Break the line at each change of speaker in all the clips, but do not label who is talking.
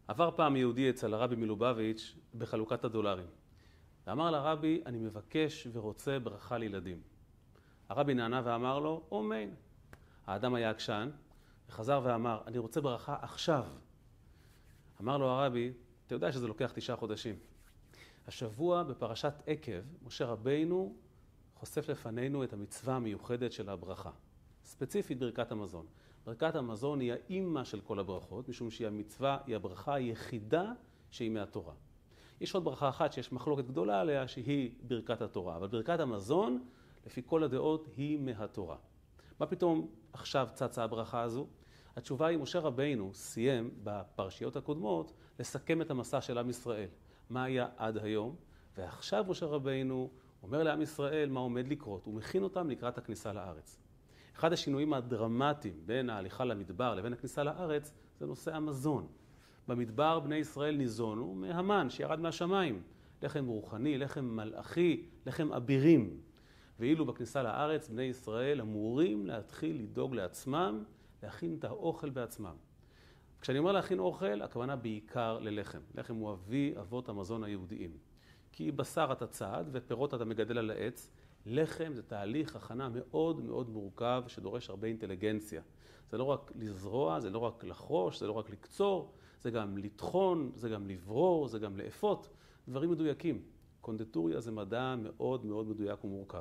עבר פעם יהודי אצל הרבי מלובביץ' בחלוקת הדולרים. ואמר לרבי, אני מבקש ורוצה ברכה לילדים. הרבי נענה ואמר לו, אמן. האדם היה עקשן, וחזר ואמר, אני רוצה ברכה עכשיו. אמר לו הרבי, אתה יודע שזה לוקח 9 חודשים. השבוע בפרשת עקב, משה רבינו חושף לפנינו את המצווה המיוחדת של הברכה. ספציפית ברכת המזון. ברכת המזון היא האימא של כל הברכות, משום שהיא המצווה, היא הברכה היחידה שהיא מהתורה. יש עוד ברכה אחת שיש מחלוקת גדולה עליה, שהיא ברכת התורה. אבל ברכת המזון, לפי כל הדעות, היא מהתורה. מה פתאום עכשיו צצה הברכה הזו? התשובה היא, משה רבינו סיים בפרשיות הקודמות לסכם את המסע של עם ישראל. מה היה עד היום? ועכשיו משה רבינו אומר לעם ישראל מה עומד לקרות. הוא מכין אותם לקראת הכניסה לארץ. אחד השינויים הדרמטיים בין ההליכה למדבר לבין הכניסה לארץ זה נושא המזון. במדבר בני ישראל ניזונו מהמן שירד מהשמיים. לחם רוחני, לחם מלאכי, לחם אבירים. ואילו בכניסה לארץ בני ישראל אמורים להתחיל לדאוג לעצמם, להכין את האוכל בעצמם. כשאני אומר להכין אוכל, הכוונה בעיקר ללחם. לחם הוא אבי אבות המזון היהודיים. כי בשר אתה צעד ופירות אתה מגדל על העץ. לחם זה תהליך הכנה מאוד מאוד מורכב שדורש הרבה אינטליגנציה. זה לא רק לזרוע, זה לא רק לחרוש, זה לא רק לקצור, זה גם לטחון, זה גם לברור, זה גם לאפות. דברים מדויקים. קונדיטוריה זה מדע מאוד מאוד מדויק ומורכב.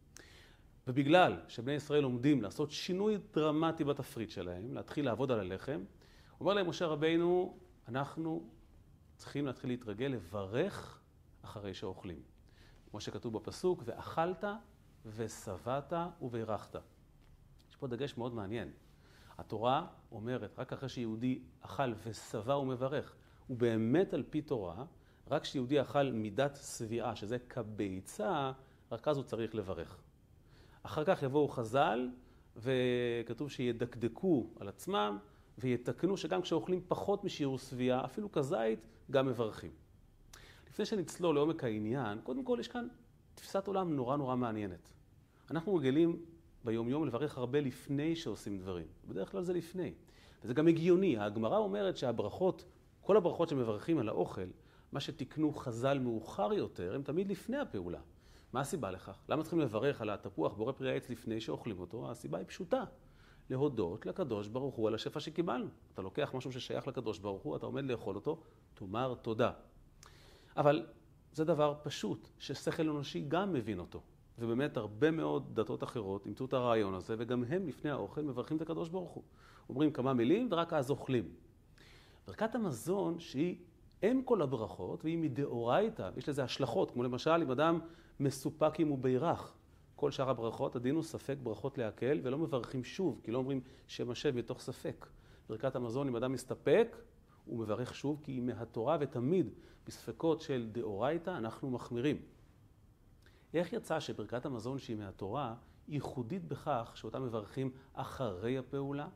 ובגלל שבני ישראל עומדים לעשות שינוי דרמטי בתפריט שלהם, להתחיל לעבוד על הלחם, אומר להם משה רבינו, אנחנו צריכים להתחיל להתרגל לברך אחרי שאוכלים. כמו שכתוב בפסוק, ואכלת ושבעת וברכת. יש פה דגש מאוד מעניין. התורה אומרת, רק אחרי שיהודי אכל ושבע ומברך, ובאמת על פי תורה, רק שיהודי אכל מידת שביעה, שזה כביצה, רק אז הוא צריך לברך. אחר כך יבואו חז"ל, וכתוב שידקדקו על עצמם, ויתקנו שגם כשאוכלים פחות משיעור שביעה, אפילו כזית, גם מברכים. לפני שנצלול לעומק העניין, קודם כל יש כאן תפיסת עולם נורא נורא מעניינת. אנחנו רגילים ביום יום לברך הרבה לפני שעושים דברים. בדרך כלל זה לפני. וזה גם הגיוני. הגמרא אומרת שהברכות, כל הברכות שמברכים על האוכל, מה שתקנו חז"ל מאוחר יותר, הם תמיד לפני הפעולה. מה הסיבה לכך? למה צריכים לברך על התפוח בורא פרי העץ לפני שאוכלים אותו? הסיבה היא פשוטה. להודות לקדוש ברוך הוא על השפע שקיבלנו. אתה לוקח משהו ששייך לקדוש ברוך הוא, אתה עומד לאכול אותו, תאמר תודה. אבל זה דבר פשוט, ששכל אנושי גם מבין אותו. ובאמת הרבה מאוד דתות אחרות ימצאו את הרעיון הזה, וגם הם לפני האוכל מברכים את הקדוש ברוך הוא. אומרים כמה מילים ורק אז אוכלים. ברכת המזון שהיא אם כל הברכות, והיא מדאורייתא, יש לזה השלכות, כמו למשל אם אדם מסופק אם הוא בירך. כל שאר הברכות, הדין הוא ספק ברכות להקל, ולא מברכים שוב, כי לא אומרים שם השם מתוך ספק. ברכת המזון, אם אדם מסתפק, הוא מברך שוב, כי היא מהתורה, ותמיד בספקות של דאורייתא אנחנו מחמירים. איך יצא שברכת המזון שהיא מהתורה, ייחודית בכך שאותם מברכים אחרי הפעולה?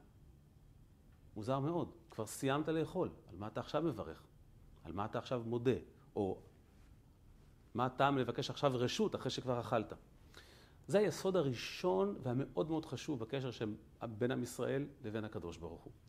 מוזר מאוד, כבר סיימת לאכול, על מה אתה עכשיו מברך? על מה אתה עכשיו מודה? או מה הטעם לבקש עכשיו רשות אחרי שכבר אכלת? זה היסוד הראשון והמאוד מאוד חשוב בקשר שבין עם ישראל לבין הקדוש ברוך הוא.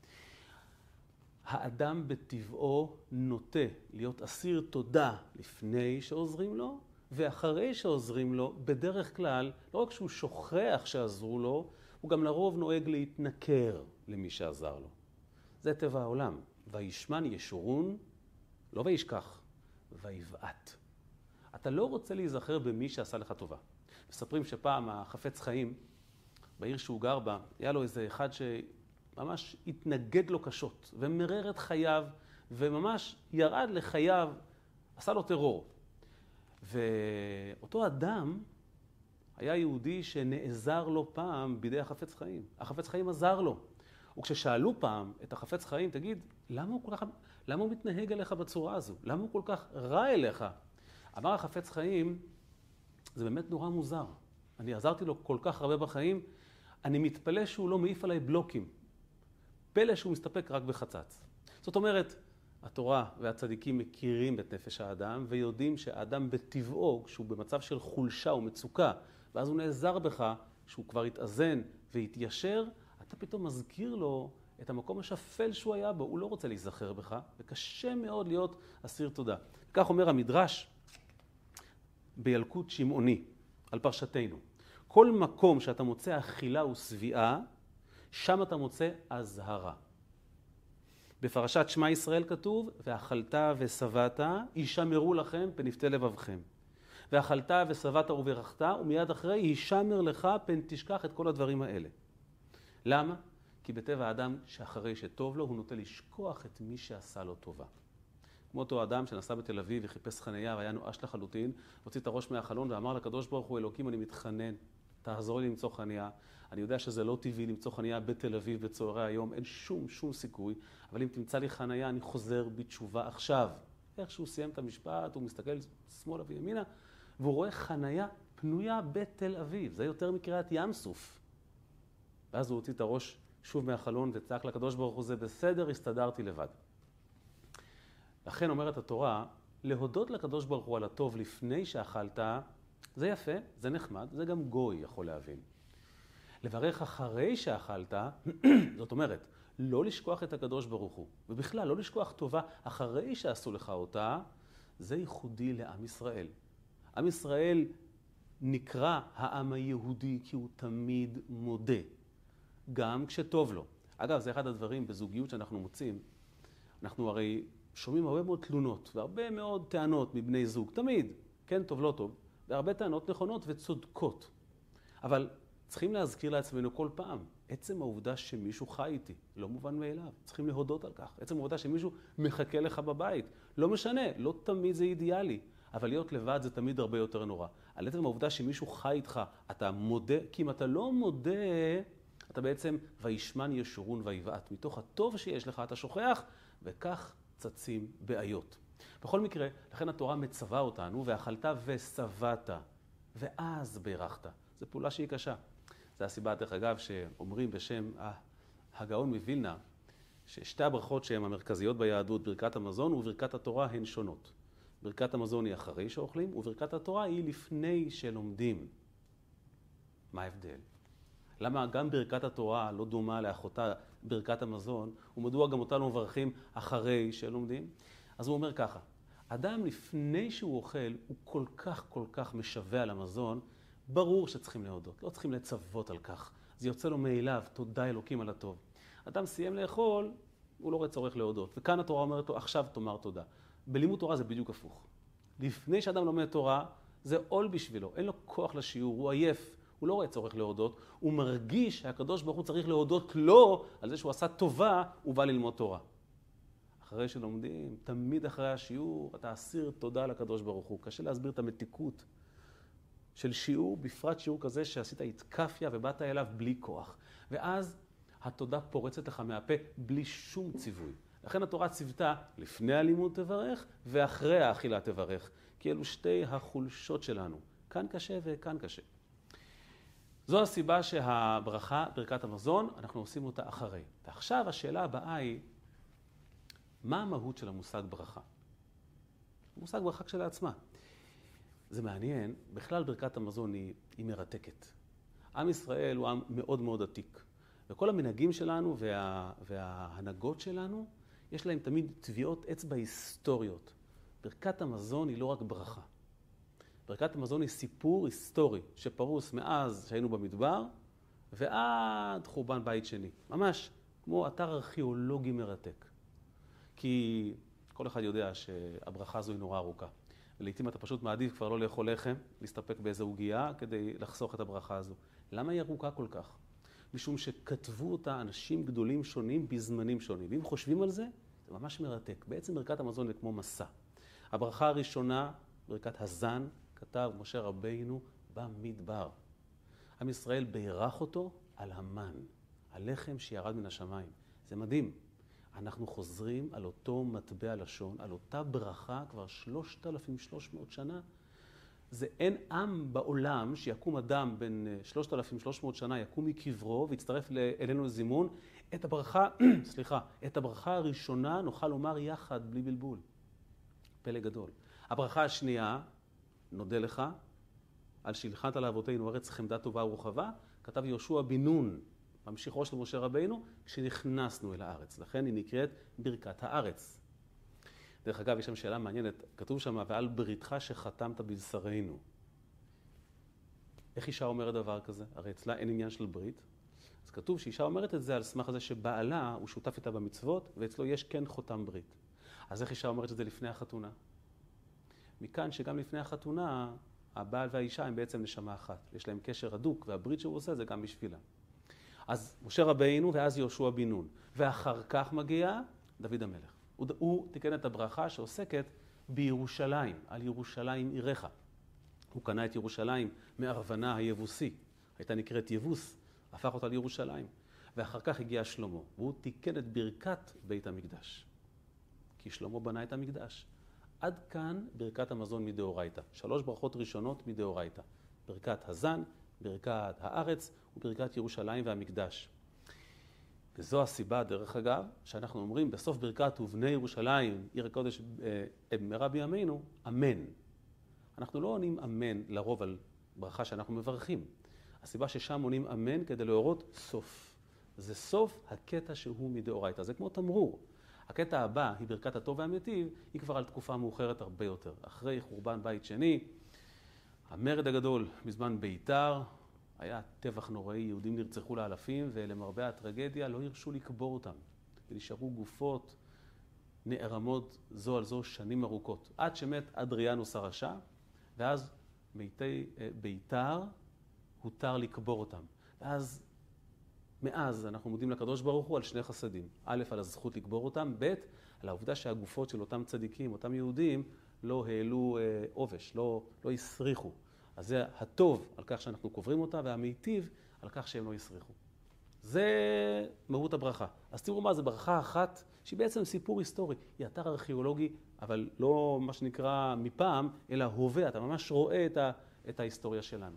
האדם בטבעו נוטה להיות אסיר תודה לפני שעוזרים לו, ואחרי שעוזרים לו, בדרך כלל, לא רק שהוא שוכח שעזרו לו, הוא גם לרוב נוהג להתנכר למי שעזר לו. זה טבע העולם. וישמן ישורון, לא וישכח, ויבעט. אתה לא רוצה להיזכר במי שעשה לך טובה. מספרים שפעם החפץ חיים, בעיר שהוא גר בה, היה לו איזה אחד שממש התנגד לו קשות, ומרר את חייו, וממש ירד לחייו, עשה לו טרור. ואותו אדם היה יהודי שנעזר לו פעם בידי החפץ חיים. החפץ חיים עזר לו. וכששאלו פעם את החפץ חיים, תגיד, למה הוא מתנהג אליך בצורה הזו? למה הוא כל כך רע אליך? אמר החפץ חיים, זה באמת נורא מוזר. אני עזרתי לו כל כך הרבה בחיים, אני מתפלא שהוא לא מעיף עליי בלוקים. פלא שהוא מסתפק רק בחצץ. זאת אומרת, התורה והצדיקים מכירים את נפש האדם, ויודעים שהאדם בטבעו, כשהוא במצב של חולשה ומצוקה, ואז הוא נעזר בך, שהוא כבר התאזן והתיישר, אתה פתאום מזכיר לו את המקום השפל שהוא היה בו, הוא לא רוצה להיזכר בך, וקשה מאוד להיות אסיר תודה. כך אומר המדרש בילקוט שמעוני, על פרשתנו. כל מקום שאתה מוצא אכילה ושביעה, שם אתה מוצא אזהרה. בפרשת שמע ישראל כתוב, ואכלת ושבעת, יישמרו לכם פן יפתה לבבכם. ואכלת ושבעת וברכת, ומיד אחרי יישמר לך פן תשכח את כל הדברים האלה. למה? כי בטבע האדם שאחרי שטוב לו, הוא נוטה לשכוח את מי שעשה לו טובה. כמו אותו אדם שנסע בתל אביב וחיפש חניה והיה נואש לחלוטין, הוציא את הראש מהחלון ואמר לקדוש ברוך הוא, אלוקים, אני מתחנן, תעזור לי למצוא חניה. אני יודע שזה לא טבעי למצוא חניה בתל אביב בצהרי היום, אין שום סיכוי, אבל אם תמצא לי חניה, אני חוזר בתשובה עכשיו. איך שהוא סיים את המשפט, הוא מסתכל שמאלה וימינה, והוא רואה חניה פנויה בתל אביב. זה יותר מקריאת ים סוף. ואז הוא הוציא את הראש שוב מהחלון וצעק לקדוש ברוך הוא, זה בסדר, הסתדרתי לבד. לכן אומרת התורה, להודות לקדוש ברוך הוא על הטוב לפני שאכלת, זה יפה, זה נחמד, זה גם גוי יכול להבין. לברך אחרי שאכלת, זאת אומרת, לא לשכוח את הקדוש ברוך הוא, ובכלל לא לשכוח טובה אחרי שעשו לך אותה, זה ייחודי לעם ישראל. עם ישראל נקרא העם היהודי כי הוא תמיד מודה, גם כשטוב לו. אגב, זה אחד הדברים בזוגיות שאנחנו מוצאים. אנחנו הרי שומעים הרבה מאוד תלונות והרבה מאוד טענות מבני זוג, תמיד, כן טוב לא טוב, והרבה טענות נכונות וצודקות. אבל צריכים להזכיר לעצמנו כל פעם, עצם העובדה שמישהו חי איתי, לא מובן מאליו, צריכים להודות על כך. עצם העובדה שמישהו מחכה לך בבית, לא משנה, לא תמיד זה אידיאלי, אבל להיות לבד זה תמיד הרבה יותר נורא. על עצם העובדה שמישהו חי איתך, אתה מודה, כי אם אתה לא מודה, אתה בעצם וישמן ישורון ויבעט. מתוך הטוב שיש לך אתה שוכח, וכך צצים בעיות. בכל מקרה, לכן התורה מצווה אותנו, ואכלת ושבעת, ואז ברכת. זו פעולה שהיא קשה. זו הסיבה, דרך אגב, שאומרים בשם הגאון מווילנה, ששתי הברכות שהן המרכזיות ביהדות, ברכת המזון וברכת התורה, הן שונות. ברכת המזון היא אחרי שאוכלים, וברכת התורה היא לפני שלומדים. מה ההבדל? למה גם ברכת התורה לא דומה לאחותה ברכת המזון, ומדוע גם אותנו מברכים אחרי שלומדים? אז הוא אומר ככה, אדם לפני שהוא אוכל, הוא כל כך משווה על המזון, ברור שצריכים להודות, לא צריכים לצוות על כך. זה יוצא לו מאליו, תודה אלוקים על הטוב. אדם סיים לאכול, הוא לא רואה צורך להודות. וכאן התורה אומרת לו, עכשיו תאמר תודה. בלימוד תורה זה בדיוק הפוך. לפני שאדם לומד תורה, זה עול בשבילו, אין לו כוח לשיעור, הוא עייף, הוא לא רואה צורך להודות, הוא מרגיש שהקדוש ברוך הוא צריך להודות לו על זה שהוא עשה טובה, הוא בא ללמוד תורה. אחרי שלומדים, תמיד אחרי השיעור, אתה אסיר תודה לקדוש ברוך הוא. קשה להסביר את המתיקות של שיעור, בפרט שיעור כזה שעשית התקפיה ובאת אליו בלי כוח. ואז התודה פורצת לך מהפה בלי שום ציווי. לכן התורה ציוותה לפני הלימוד תברך ואחרי האכילה תברך. כי אלו שתי החולשות שלנו. כאן קשה וכאן קשה. זו הסיבה שהברכה, ברכת המזון, אנחנו עושים אותה אחרי. ועכשיו השאלה הבאה היא, מה המהות של המושג ברכה? המושג ברכה כשלעצמה. זה מעניין, בכלל ברכת המזון היא מרתקת. עם ישראל הוא עם מאוד מאוד עתיק. וכל המנהגים שלנו וההנהגות שלנו, יש להם תמיד טביעות אצבע היסטוריות. ברכת המזון היא לא רק ברכה. ברכת המזון היא סיפור היסטורי שפרוס מאז שהיינו במדבר ועד חורבן בית שני. ממש כמו אתר ארכיאולוגי מרתק. כי כל אחד יודע שהברכה הזו היא נורא ארוכה. ולעיתים אתה פשוט מעדיף כבר לא לאכול לחם, להסתפק באיזו עוגיה כדי לחסוך את הברכה הזו. למה היא ארוכה כל כך? משום שכתבו אותה אנשים גדולים שונים בזמנים שונים. ואם חושבים על זה, זה ממש מרתק. בעצם ברכת המזון זה כמו מסע. הברכה הראשונה, ברכת הזן, כתב משה רבינו במדבר. עם ישראל בירך אותו על המן, הלחם שירד מן השמיים. זה מדהים. אנחנו חוזרים על אותו מטבע לשון, על אותה ברכה כבר 3,300 שנה. זה אין עם בעולם שיקום אדם בין 3,300 שנה, יקום מקברו ויצטרף אלינו לזימון. את הברכה, את הברכה הראשונה נוכל לומר יחד בלי בלבול. פלא גדול. הברכה השנייה, נודה לך, על שהלחנת לאבותינו ארץ חמדה טובה ורחבה, כתב יהושע בן נון ממשיכו של משה רבינו, כשנכנסנו אל הארץ. לכן היא נקראת ברכת הארץ. דרך אגב, יש שם שאלה מעניינת, כתוב שם, ועל בריתך שחתמת בבשרנו. איך אישה אומרת דבר כזה? הרי אצלה אין עניין של ברית. אז כתוב שאישה אומרת את זה על סמך הזה שבעלה הוא שותף איתה במצוות, ואצלו יש כן חותם ברית. אז איך אישה אומרת את זה לפני החתונה? מכאן שגם לפני החתונה, הבעל והאישה הם בעצם נשמה אחת. יש להם קשר הדוק, והברית שהוא עושה זה גם בשבילה. אז משה רבינו ואז יהושע בן נון. ואחר כך מגיע דוד המלך. הוא תיקן את הברכה שעוסקת בירושלים, על ירושלים עירך. הוא קנה את ירושלים מארוונה היבוסי. הייתה נקראת יבוס, הפך אותה לירושלים. ואחר כך הגיע שלמה, והוא תיקן את ברכת בית המקדש. כי שלמה בנה את המקדש. עד כאן ברכת המזון מדאורייתא. 3 ברכות ראשונות מדאורייתא. ברכת הזן, ברכת הארץ וברכת ירושלים והמקדש. וזו הסיבה, דרך אגב, שאנחנו אומרים בסוף ברכת ובני ירושלים, עיר הקודש במהרה בימינו, אמן. אנחנו לא עונים אמן לרוב על ברכה שאנחנו מברכים. הסיבה ששם עונים אמן כדי להורות סוף. זה סוף הקטע שהוא מדאורייתא. זה כמו תמרור. הקטע הבא היא ברכת הטוב והמיטיב, היא כבר על תקופה מאוחרת הרבה יותר. אחרי חורבן בית שני, המרד הגדול בזמן ביתר, היה טבח נוראי, יהודים נרצחו לאלפים, ולמרבה הטרגדיה לא הרשו לקבור אותם. ונשארו גופות נערמות זו על זו שנים ארוכות. עד שמת אדריאנוס הרשע, ואז מתי ביתר הותר לקבור אותם. ואז, מאז אנחנו מודים לקדוש ברוך הוא על 2 חסדים. א', על הזכות לקבור אותם, ב', על העובדה שהגופות של אותם צדיקים, אותם יהודים, לא העלו עובש, לא הסריחו. אז זה הטוב על כך שאנחנו קוברים אותה, והמיטיב על כך שהם לא יסריחו. זה מהות הברכה. אז תראו מה, זה ברכה אחת שהיא בעצם סיפור היסטורי. היא אתר ארכיאולוגי, אבל לא מה שנקרא מפעם, אלא הווה. אתה ממש רואה את ההיסטוריה שלנו.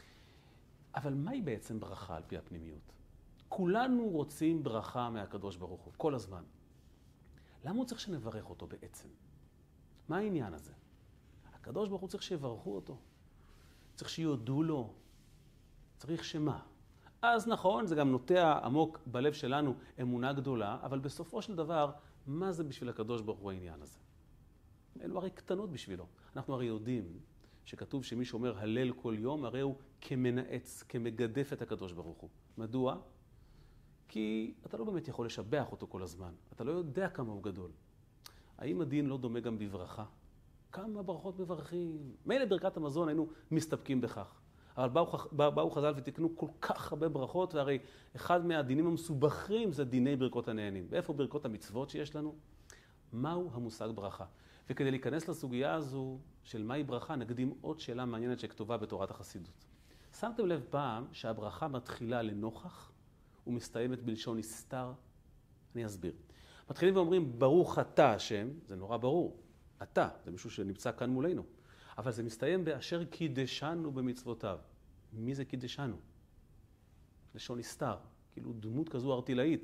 אבל מהי בעצם ברכה על פי הפנימיות? כולנו רוצים ברכה מהקדוש ברוך הוא, כל הזמן. למה הוא צריך שנברך אותו בעצם? מה העניין הזה? הקדוש ברוך הוא צריך שיברכו אותו. צריך שיודו לו. צריך שמה? אז נכון, זה גם נוטע עמוק בלב שלנו אמונה גדולה, אבל בסופו של דבר, מה זה בשביל הקדוש ברוך הוא העניין הזה? אלו הרי קטנות בשבילו. אנחנו הרי יודעים שכתוב שמי שאומר הלל כל יום, הרי הוא כמנאץ, כמגדף את הקדוש ברוך הוא. מדוע? כי אתה לא באמת יכול לשבח אותו כל הזמן. אתה לא יודע כמה הוא גדול. האם הדין לא דומה גם בברכה? כמה ברכות מברכים? מילא ברכת המזון היינו מסתפקים בכך. אבל באו חז"ל ותקנו כל כך הרבה ברכות, והרי אחד מהדינים המסובכים זה דיני ברכות הנהנים. ואיפה ברכות המצוות שיש לנו? מהו המושג ברכה? וכדי להיכנס לסוגיה הזו של מהי ברכה, נקדים עוד שאלה מעניינת שכתובה בתורת החסידות. שמתם לב פעם שהברכה מתחילה לנוכח ומסתיימת בלשון נסתר? אני אסביר. מתחילים ואומרים, ברוך אתה השם, זה נורא ברור. אתה, זה מישהו שנמצא כאן מולנו. אבל זה מסתיים באשר קידשנו במצוותיו. מי זה קידשנו? לשון נסתר, כאילו דמות כזו ארטילאית.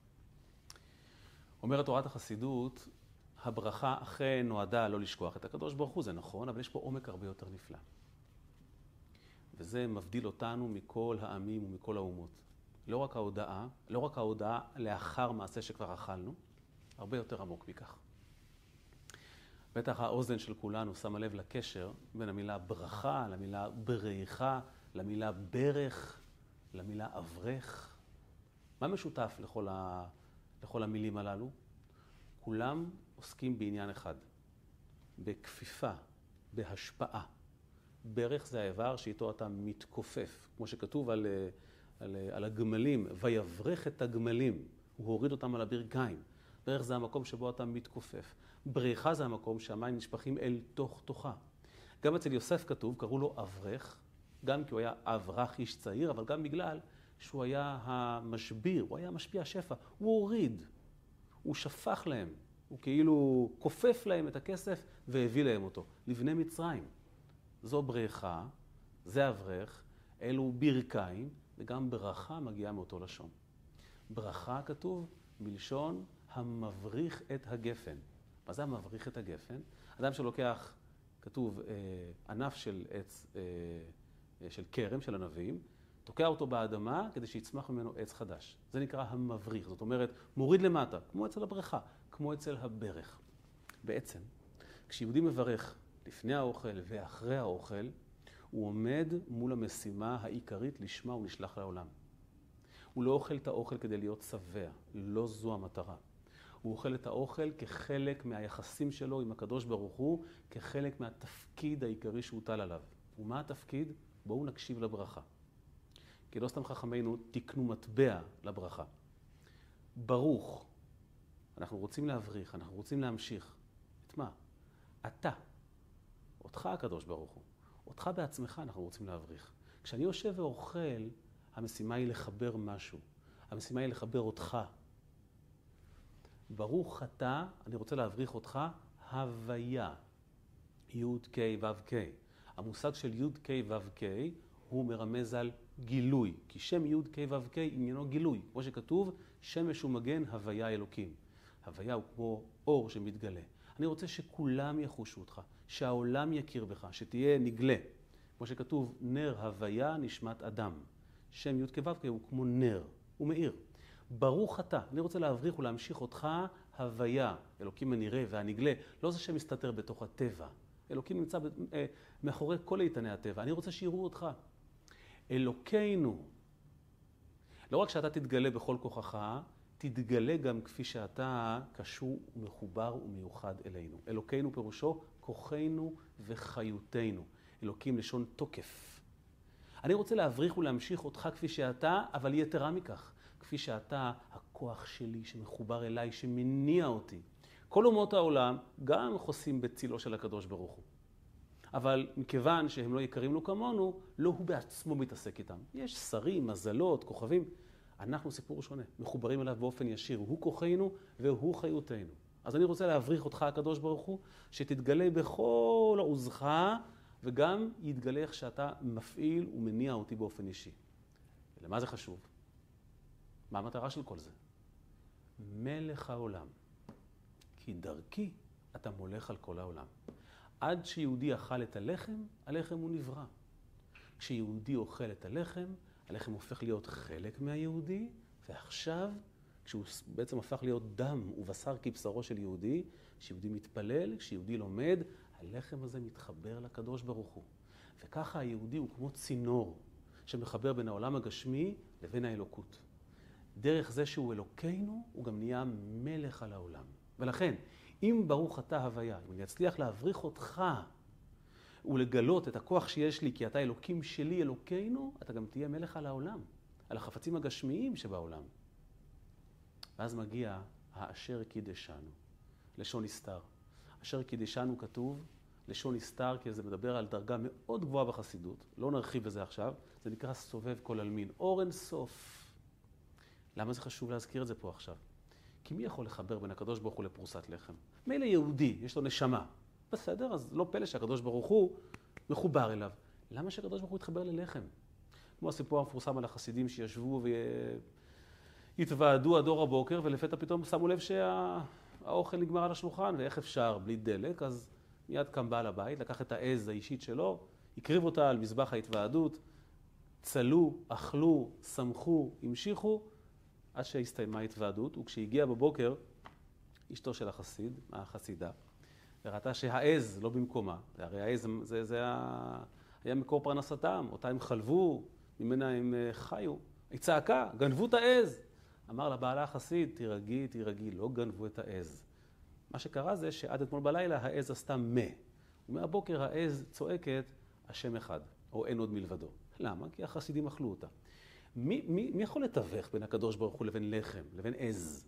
אומרת תורת החסידות, הברכה אכן נועדה לא לשכוח את הקדוש ברוך הוא, זה נכון, אבל יש פה עומק הרבה יותר נפלא. וזה מבדיל אותנו מכל העמים ומכל האומות. לא רק ההודעה לאחר מעשה שכבר אכלנו, הרבה יותר עמוק מכך. בטח האוזן של כולנו שמה לב לקשר בין המילה ברכה, למילה בריחה, למילה ברך, למילה אברך. מה משותף לכל המילים הללו? כולם עוסקים בעניין אחד, בכפיפה, בהשפעה. ברך זה האיבר שאיתו אתה מתכופף, כמו שכתוב על הגמלים, ויברך את הגמלים, הוא הוריד אותם על הברכיים. ברך זה המקום שבו אתה מתכופף. בריחה זה המקום שהמים נשפכים אל תוך תוכה. גם אצל יוסף כתוב, קראו לו אברך, גם כי הוא היה אברח איש צעיר, אבל גם בגלל שהוא היה המשביר, הוא היה משפיע שפע. הוא הוריד, הוא שפך להם, הוא כאילו כופף להם את הכסף והביא להם אותו, לבני מצרים. זו בריחה, זה אברך, אלו ברכיים, וגם ברכה מגיעה מאותו לשון. ברכה כתוב מלשון המבריך את הגפן. מה זה המבריך את הגפן? אדם שלוקח, כתוב, ענף של עץ, של כרם, של ענבים, תוקע אותו באדמה כדי שיצמח ממנו עץ חדש. זה נקרא המבריך, זאת אומרת, מוריד למטה, כמו אצל הבריכה, כמו אצל הברך. בעצם, כשיהודי מברך לפני האוכל ואחרי האוכל, הוא עומד מול המשימה העיקרית לשמה הוא נשלח לעולם. הוא לא אוכל את האוכל כדי להיות שבע, לא זו המטרה. הוא אוכל את האוכל כחלק מהיחסים שלו עם הקדוש ברוך הוא, כחלק מהתפקיד העיקרי שהוטל עליו. ומה התפקיד? בואו נקשיב לברכה. כי לא סתם חכמינו תקנו מטבע לברכה. ברוך, אנחנו רוצים להבריך, אנחנו רוצים להמשיך. את מה? אתה, אותך הקדוש ברוך הוא, אותך בעצמך אנחנו רוצים להבריך. כשאני יושב ואוכל, המשימה היא לחבר משהו. המשימה היא לחבר אותך. ברוך אתה, אני רוצה להבריך אותך, הוויה. י' ק' ו' ק'. המושג של י' ק' ו' ק' הוא מרמז על גילוי. כי שם י' ק' ו' ק' עניינו גילוי. כמו שכתוב, שמש ומגן הוויה אלוקים. הוויה הוא כמו אור שמתגלה. אני רוצה שכולם יחושו אותך, שהעולם יכיר בך, שתהיה נגלה. כמו שכתוב, נר הוויה נשמת אדם. שם י' כ' ו' כ' הוא כמו נר, הוא מאיר. ברוך אתה, אני רוצה להבריך ולהמשיך אותך הוויה, אלוקים הנראה והנגלה, לא זה שמסתתר בתוך הטבע. אלוקים נמצא מאחורי כל איתני הטבע, אני רוצה שיראו אותך. אלוקינו, לא רק שאתה תתגלה בכל כוחך, תתגלה גם כפי שאתה קשור ומחובר ומיוחד אלינו. אלוקינו פירושו כוחנו וחיותנו. אלוקים לשון תוקף. אני רוצה להבריך ולהמשיך אותך כפי שאתה, אבל יתרה מכך. כפי שאתה, הכוח שלי שמחובר אליי, שמניע אותי. כל אומות העולם גם חוסים בצילו של הקדוש ברוך הוא. אבל מכיוון שהם לא יקרים לו כמונו, לא הוא בעצמו מתעסק איתם. יש שרים, מזלות, כוכבים. אנחנו סיפור שונה, מחוברים אליו באופן ישיר. הוא כוחנו והוא חיותנו. אז אני רוצה להבריך אותך הקדוש ברוך הוא, שתתגלה בכל עוזך, וגם יתגלה איך שאתה מפעיל ומניע אותי באופן אישי. ולמה זה חשוב? מה המטרה של כל זה? מלך העולם. כי דרכי אתה מולך על כל העולם. עד שיהודי אכל את הלחם, הלחם הוא נברא. כשיהודי אוכל את הלחם, הלחם הופך להיות חלק מהיהודי, ועכשיו, כשהוא בעצם הפך להיות דם ובשר כבשרו של יהודי, כשיהודי מתפלל, כשיהודי לומד, הלחם הזה מתחבר לקדוש ברוך הוא. וככה היהודי הוא כמו צינור שמחבר בין העולם הגשמי לבין האלוקות. דרך זה שהוא אלוקינו, הוא גם נהיה מלך על העולם. ולכן, אם ברוך אתה הוויה, אם אני אצליח להבריך אותך ולגלות את הכוח שיש לי, כי אתה אלוקים שלי, אלוקינו, אתה גם תהיה מלך על העולם, על החפצים הגשמיים שבעולם. ואז מגיע האשר קידשנו, לשון נסתר. אשר קידשנו כתוב, לשון נסתר, כי זה מדבר על דרגה מאוד גבוהה בחסידות, לא נרחיב בזה עכשיו, זה נקרא סובב כל עלמין, אור אין סוף. למה זה חשוב להזכיר את זה פה עכשיו? כי מי יכול לחבר בין הקדוש ברוך הוא לפרוסת לחם? מילא יהודי, יש לו נשמה. בסדר, אז לא פלא שהקדוש ברוך הוא מחובר אליו. למה שהקדוש ברוך הוא יתחבר ללחם? כמו הסיפור המפורסם על החסידים שישבו והתוועדו עד אור הבוקר, ולפתע פתאום שמו לב שהאוכל נגמר על השולחן, ואיך אפשר בלי דלק, אז מיד קם בעל הבית, לקח את העז האישית שלו, הקריב אותה על מזבח ההתוועדות, צלו, אכלו, שמחו, המשיכו, עד שהסתיימה ההתוועדות, וכשהגיע בבוקר, אשתו של החסיד, החסידה, וראתה שהעז לא במקומה, הרי העז זה היה מקור פרנסתם, אותה הם חלבו, ממנה הם חיו, היא צעקה, גנבו את העז. אמר לבעלה החסיד, תירגעי, לא גנבו את העז. מה שקרה זה שעד אתמול בלילה העז עשתה ומהבוקר העז צועקת השם אחד, או אין עוד מלבדו. למה? כי החסידים אכלו אותה. מי יכול לתווך בין הקדוש ברוך הוא לבין לחם, לבין עז?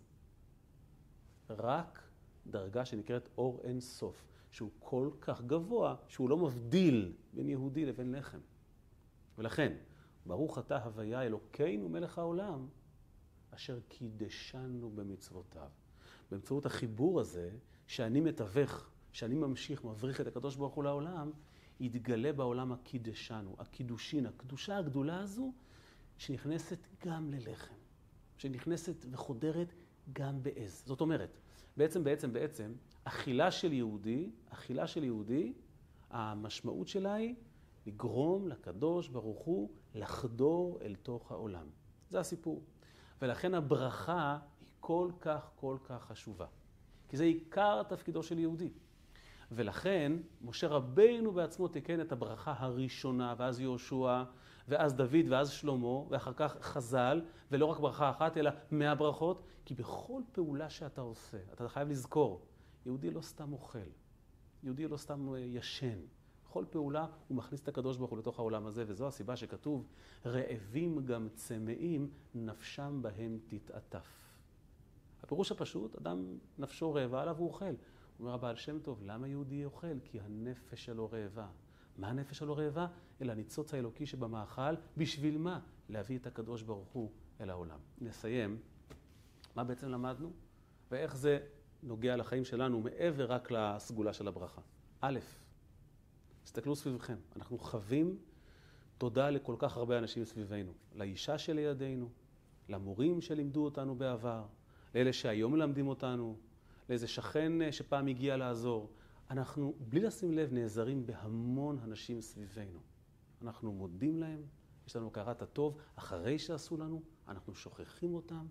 רק דרגה שנקראת אור אין סוף, שהוא כל כך גבוה, שהוא לא מבדיל בין יהודי לבין לחם. ולכן, ברוך אתה הוויה אלוקינו מלך העולם, אשר קידשנו במצוותיו. באמצעות החיבור הזה, שאני מתווך, שאני ממשיך, מבריך את הקדוש ברוך הוא לעולם, יתגלה בעולם הקידשנו, הקידושין, הקדושה הגדולה הזו, שנכנסת גם ללחם, שנכנסת וחודרת גם בעז. זאת אומרת, בעצם, אכילה של יהודי, המשמעות שלה היא לגרום לקדוש ברוך הוא לחדור אל תוך העולם. זה הסיפור. ולכן הברכה היא כל כך חשובה. כי זה עיקר תפקידו של יהודי. ולכן משה רבינו בעצמו תיקן את הברכה הראשונה, ואז יהושע, ואז דוד, ואז שלמה, ואחר כך חז"ל, ולא רק ברכה אחת, אלא 100 ברכות, כי בכל פעולה שאתה עושה, אתה חייב לזכור, יהודי לא סתם אוכל, יהודי לא סתם ישן. בכל פעולה הוא מכניס את הקדוש ברוך הוא לתוך העולם הזה, וזו הסיבה שכתוב, רעבים גם צמאים, נפשם בהם תתעטף. הפירוש הפשוט, אדם נפשו רעבה עליו הוא אוכל. אומר הבעל שם טוב, למה יהודי אוכל? כי הנפש שלו רעבה. מה הנפש שלו רעבה? אלא הניצוץ האלוקי שבמאכל. בשביל מה? להביא את הקדוש ברוך הוא אל העולם. נסיים. מה בעצם למדנו? ואיך זה נוגע לחיים שלנו מעבר רק לסגולה של הברכה. א', תסתכלו סביבכם. אנחנו חווים תודה לכל כך הרבה אנשים סביבנו. לאישה שלידינו, למורים שלימדו אותנו בעבר, לאלה שהיום מלמדים אותנו, לאיזה שכן שפעם הגיע לעזור. אנחנו, בלי לשים לב, נעזרים בהמון אנשים סביבנו. אנחנו מודים להם, יש לנו הכרת הטוב, אחרי שעשו לנו, אנחנו שוכחים אותם,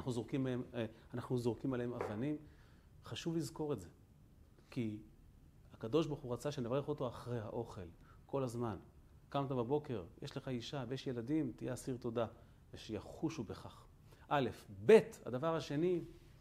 אנחנו זורקים עליהם אבנים. חשוב לזכור את זה, כי הקדוש ברוך הוא רצה שנברך אותו אחרי האוכל, כל הזמן. קמת בבוקר, יש לך אישה ויש ילדים, תהיה אסיר תודה, ושיחושו בכך. א', ב', הדבר השני,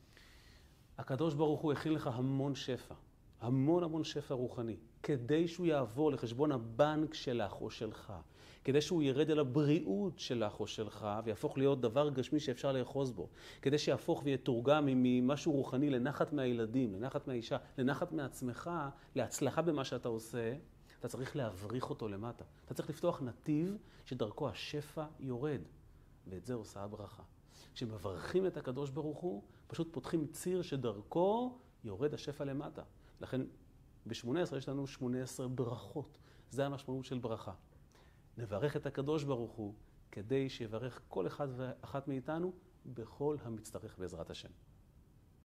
הקדוש ברוך הוא הכין לך המון שפע, המון שפע רוחני, כדי שהוא יעבור לחשבון הבנק שלך או שלך, כדי שהוא ירד אל הבריאות שלך או שלך, ויהפוך להיות דבר גשמי שאפשר לאחוז בו, כדי שיהפוך ויתורגם ממשהו רוחני לנחת מהילדים, לנחת מהאישה, לנחת מעצמך, להצלחה במה שאתה עושה, אתה צריך להבריך אותו למטה. אתה צריך לפתוח נתיב שדרכו השפע יורד, ואת זה עושה הברכה. כשמברכים את הקדוש ברוך הוא, פשוט פותחים ציר שדרכו יורד השפע למטה. לכן ב-18 יש לנו 18 ברכות. זה המשמעות של ברכה. נברך את הקדוש ברוך הוא כדי שיברך כל אחד ואחת מאיתנו בכל המצטרך בעזרת השם.